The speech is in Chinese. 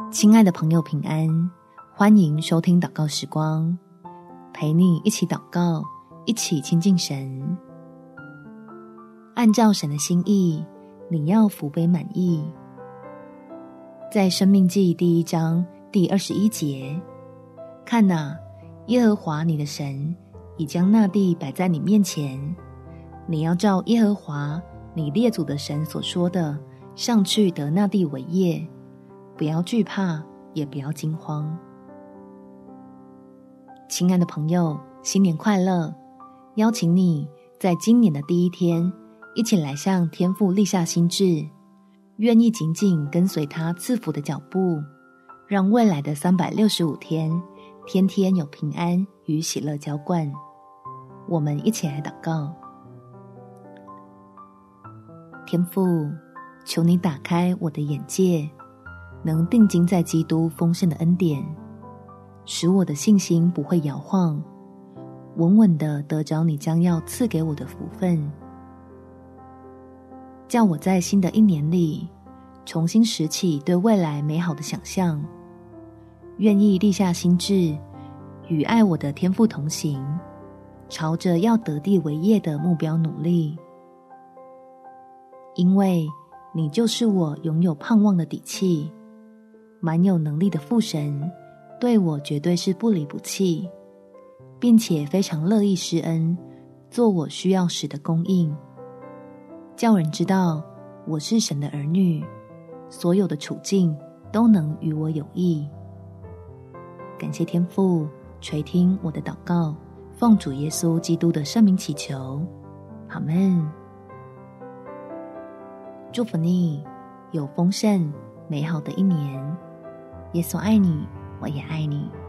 亲爱的朋友平安，欢迎收听祷告时光，陪你一起祷告，一起亲近神。按照神的心意，你要福杯满溢。在申命记第1章第21节，看哪，耶和华你的神已将那地摆在你面前，你要照耶和华你列祖的神所说的，上去得那地为业，不要惧怕，也不要惊慌。亲爱的朋友，新年快乐！邀请你在今年的第一天，一起来向天父立下心志，愿意紧紧跟随他赐福的脚步，让未来的365天，天天有平安与喜乐浇灌。我们一起来祷告。天父，求你打开我的眼界，能定睛在基督丰盛的恩典，使我的信心不会摇晃，稳稳地得着你将要赐给我的福分。叫我在新的一年里重新拾起对未来美好的想象，愿意立下心志，与爱我的天父同行，朝着要得地为业的目标努力。因为你就是我拥有盼望的底气，蛮有能力的父神对我绝对是不离不弃，并且非常乐意施恩，做我需要时的供应，叫人知道我是神的儿女，所有的处境都能与我有益。感谢天父垂听我的祷告，奉主耶稣基督的圣名祈求，阿们。祝福你有丰盛美好的一年。耶稣爱你，我也爱你。